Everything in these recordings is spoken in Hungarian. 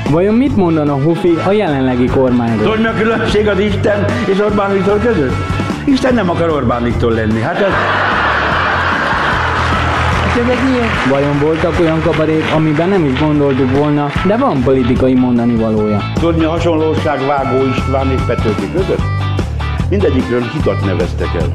Vajon mit mondana Hofi a jelenlegi kormányról? Tudod, mi a különbség az Isten és Orbán Viktor között? Isten nem akar Orbán Viktor lenni. Hát ez ilyen. Vajon voltak olyan kabarék, amiben nem is gondoltuk volna, de van politikai mondani valója? Tudod, mi a hasonlóság Vágó István és Petőfi között? Mindegyikről hitat neveztek el.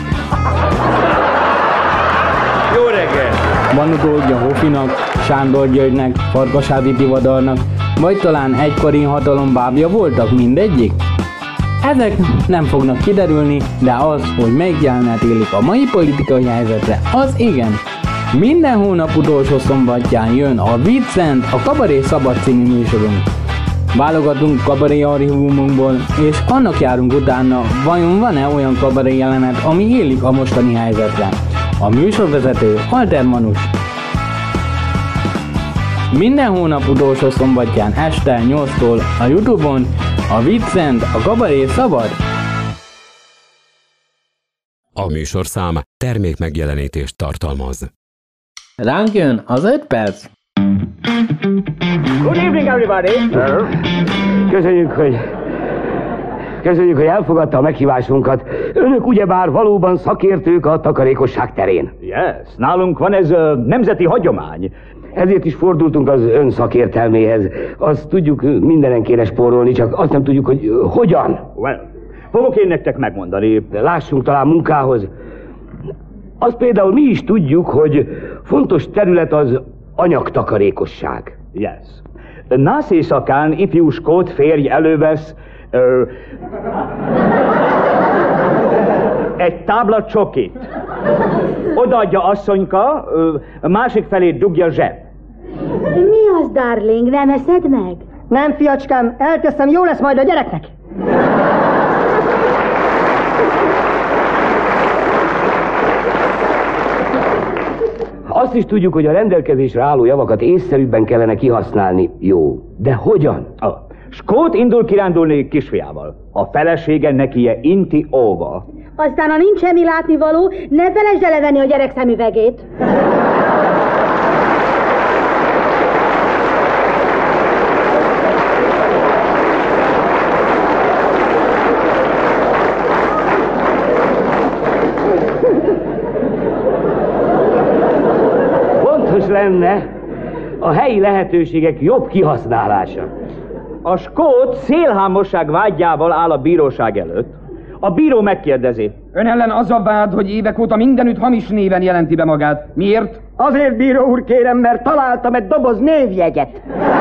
Jó reggel! Van utódja Hofinak, Sándor Györgynek, Farkasházi Tivadarnak, vagy talán egykori hatalom bábja voltak mindegyik? Ezek nem fognak kiderülni, de az, hogy melyik jelenet élik a mai politikai helyzetre, az igen. Minden hónap utolsó szombatján jön a Viccent, a Kabaré Szabad című műsorunk. Válogatunk kabaré archívumunkból, és annak járunk utána, vajon van-e olyan kabaré jelenet, ami élik a mostani helyzetre. A műsorvezető Alter Manus. Minden hónap utolsó szombatján este 8-tól a YouTube-on a Viccent, a Kabaré Szabad. A műsorszám termékmegjelenítést tartalmaz. Ránk jön az 5 perc. Good evening, everybody! Köszönjük, hogy elfogadta a meghívásunkat. Önök ugyebár valóban szakértők a takarékosság terén. Yes, nálunk van ez nemzeti hagyomány. Ezért is fordultunk az ön szakértelméhez. Azt tudjuk, mindenen kéne spórolni, csak azt nem tudjuk, hogy hogyan. Well, fogok én nektek megmondani. Lássunk talán munkához. Azt például mi is tudjuk, hogy fontos terület az anyagtakarékosság. Yes. Nász éjszakán ifjú skót férj elővesz egy tábla csokit. Odaadja asszonyka, másik felét dugja zseb. Mi az, darling? Nem eszed meg? Nem, fiacskám, elteszem, jó lesz majd a gyereknek. Azt is tudjuk, hogy a rendelkezésre álló javakat észszerűbben kellene kihasználni. Jó, de hogyan? A skót indul kirándulni kisfiával. A felesége nekie inti óva. Aztán, ha nincs semmi látnivaló, ne felejtsd el levenni a gyerek szemüvegét. Fontos lenne a helyi lehetőségek jobb kihasználása. A skót szélhámosság vágyával áll a bíróság előtt. A bíró megkérdezi. Ön ellen az a vád, hogy évek óta mindenütt hamis néven jelenti be magát. Miért? Azért, bíró úr, kérem, mert találtam egy doboz névjegyet.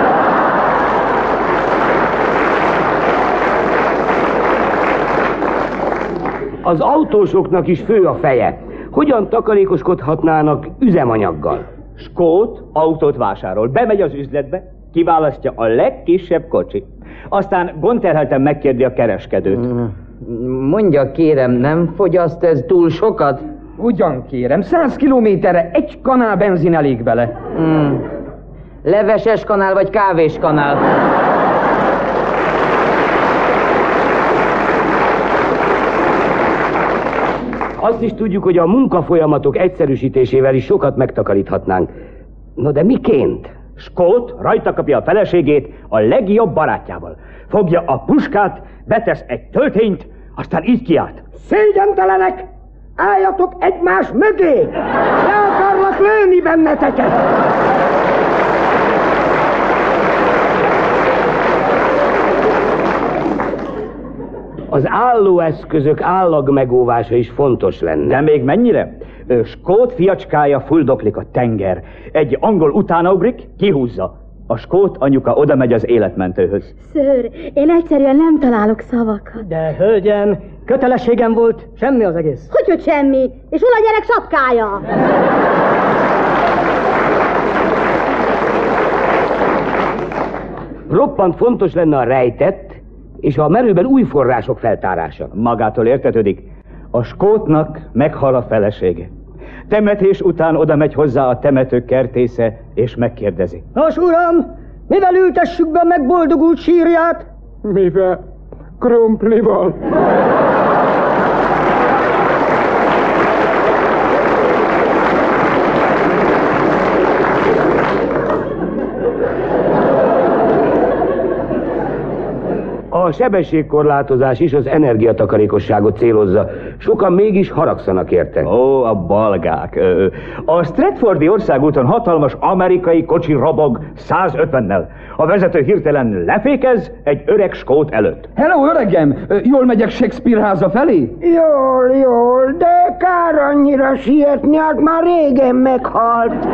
Az autósoknak is fő a feje. Hogyan takarékoskodhatnának üzemanyaggal? Skót autót vásárol, bemegy az üzletbe, kiválasztja a legkisebb kocsit. Aztán gondterhelten megkérdi a kereskedőt. Mondja, kérem, nem fogyaszt ez túl sokat? Ugyan, kérem, 100 kilométerre egy kanál benzin elég bele. Leveses kanál vagy kávés kanál? Azt is tudjuk, hogy a munkafolyamatok egyszerűsítésével is sokat megtakaríthatnánk. No, de miként? Skót rajta kapja a feleségét a legjobb barátjával. Fogja a puskát, betesz egy töltényt, aztán így kiált. Szégyentelenek! Álljatok egymás mögé! Le akarlak lőni benneteket! Az állóeszközök állagmegóvása is fontos lenne. De még mennyire? Skót fiacskája fuldoklik a tenger. Egy angol utánaugrik, kihúzza. A skót anyuka oda megy az életmentőhöz. Ször, én egyszerűen nem találok szavakat. De hölgyem, kötelességem volt, semmi az egész. Hogy semmi? És hol a gyerek sapkája? Roppant fontos lenne a rejtett, és a merőben új források feltárása. Magától értetődik. A skótnak meghal a felesége. Temetés után oda megy hozzá a temető kertésze, és megkérdezi. Nos, uram, mivel ültessük be megboldogult sírját? Mivel? Krumplival. a sebességkorlátozás is az energiatakarékosságot célozza. Sokan mégis haragszanak érte. Ó, a balgák. A Stratfordi országúton hatalmas amerikai kocsi robog 150-nel. A vezető hirtelen lefékez egy öreg skót előtt. Hello, öregem! Jól megyek Shakespeare háza felé? Jól, de kár annyira sietni, hát már régen meghalt.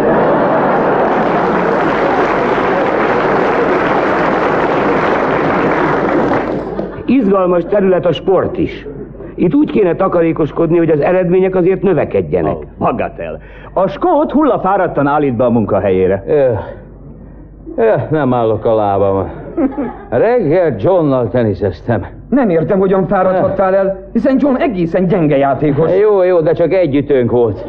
Izgalmas terület a sport is. Itt úgy kéne takarékoskodni, hogy az eredmények azért növekedjenek. Bagatel. A skót hullafáradtan állít be a munkahelyére. Nem állok a lábam. Reggel Johnnal teniszeztem. Nem értem, hogyan fáradhattál el, hiszen John egészen gyenge játékos. Jó, de csak egy ütőnk volt.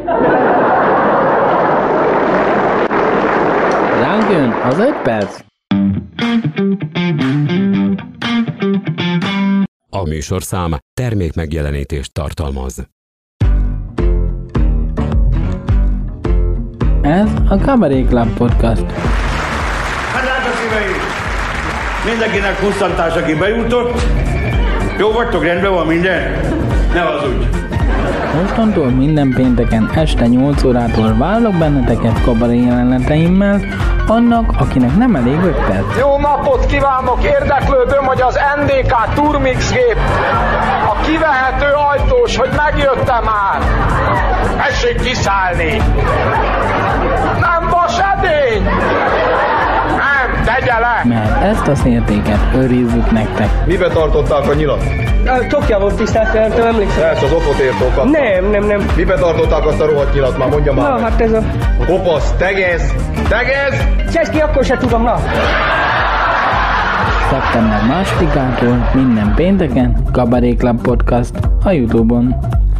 Ránk jön az 5 perc. A műsorszám termék megjelenítést tartalmaz. Ez a Cabaret Club Podcast. Hát drága szíveim! Mindenkinek pusztantás, aki bejutott. Jó vagytok, rendben van minden? Ne hazudj! Mostantól minden pénteken este 8 órától várlak benneteket kabaré jeleneteimmel, annak, akinek nem elég 5 perc. Jó napot kívánok! Érdeklődöm, hogy az NDK Turmix gép a kivehető ajtós, hogy megjöttem már. Tessék kiszállni! Nem vasedény! Nem, tegye le! Mert ezt a szértéket őrizzük nektek. Mibe tartották a nyilat? Tokja volt tisztelt, emlékszem. Persze, az opotértókat. Nem. Mibe tartották azt a rohadt nyilat? Már mondja már. Na, hát ez a... Kopasz, tegez! Cseszki, akkor se tudom, na. Szeptember 2-ától minden pénteken Cabaret Club Podcast a YouTube-on.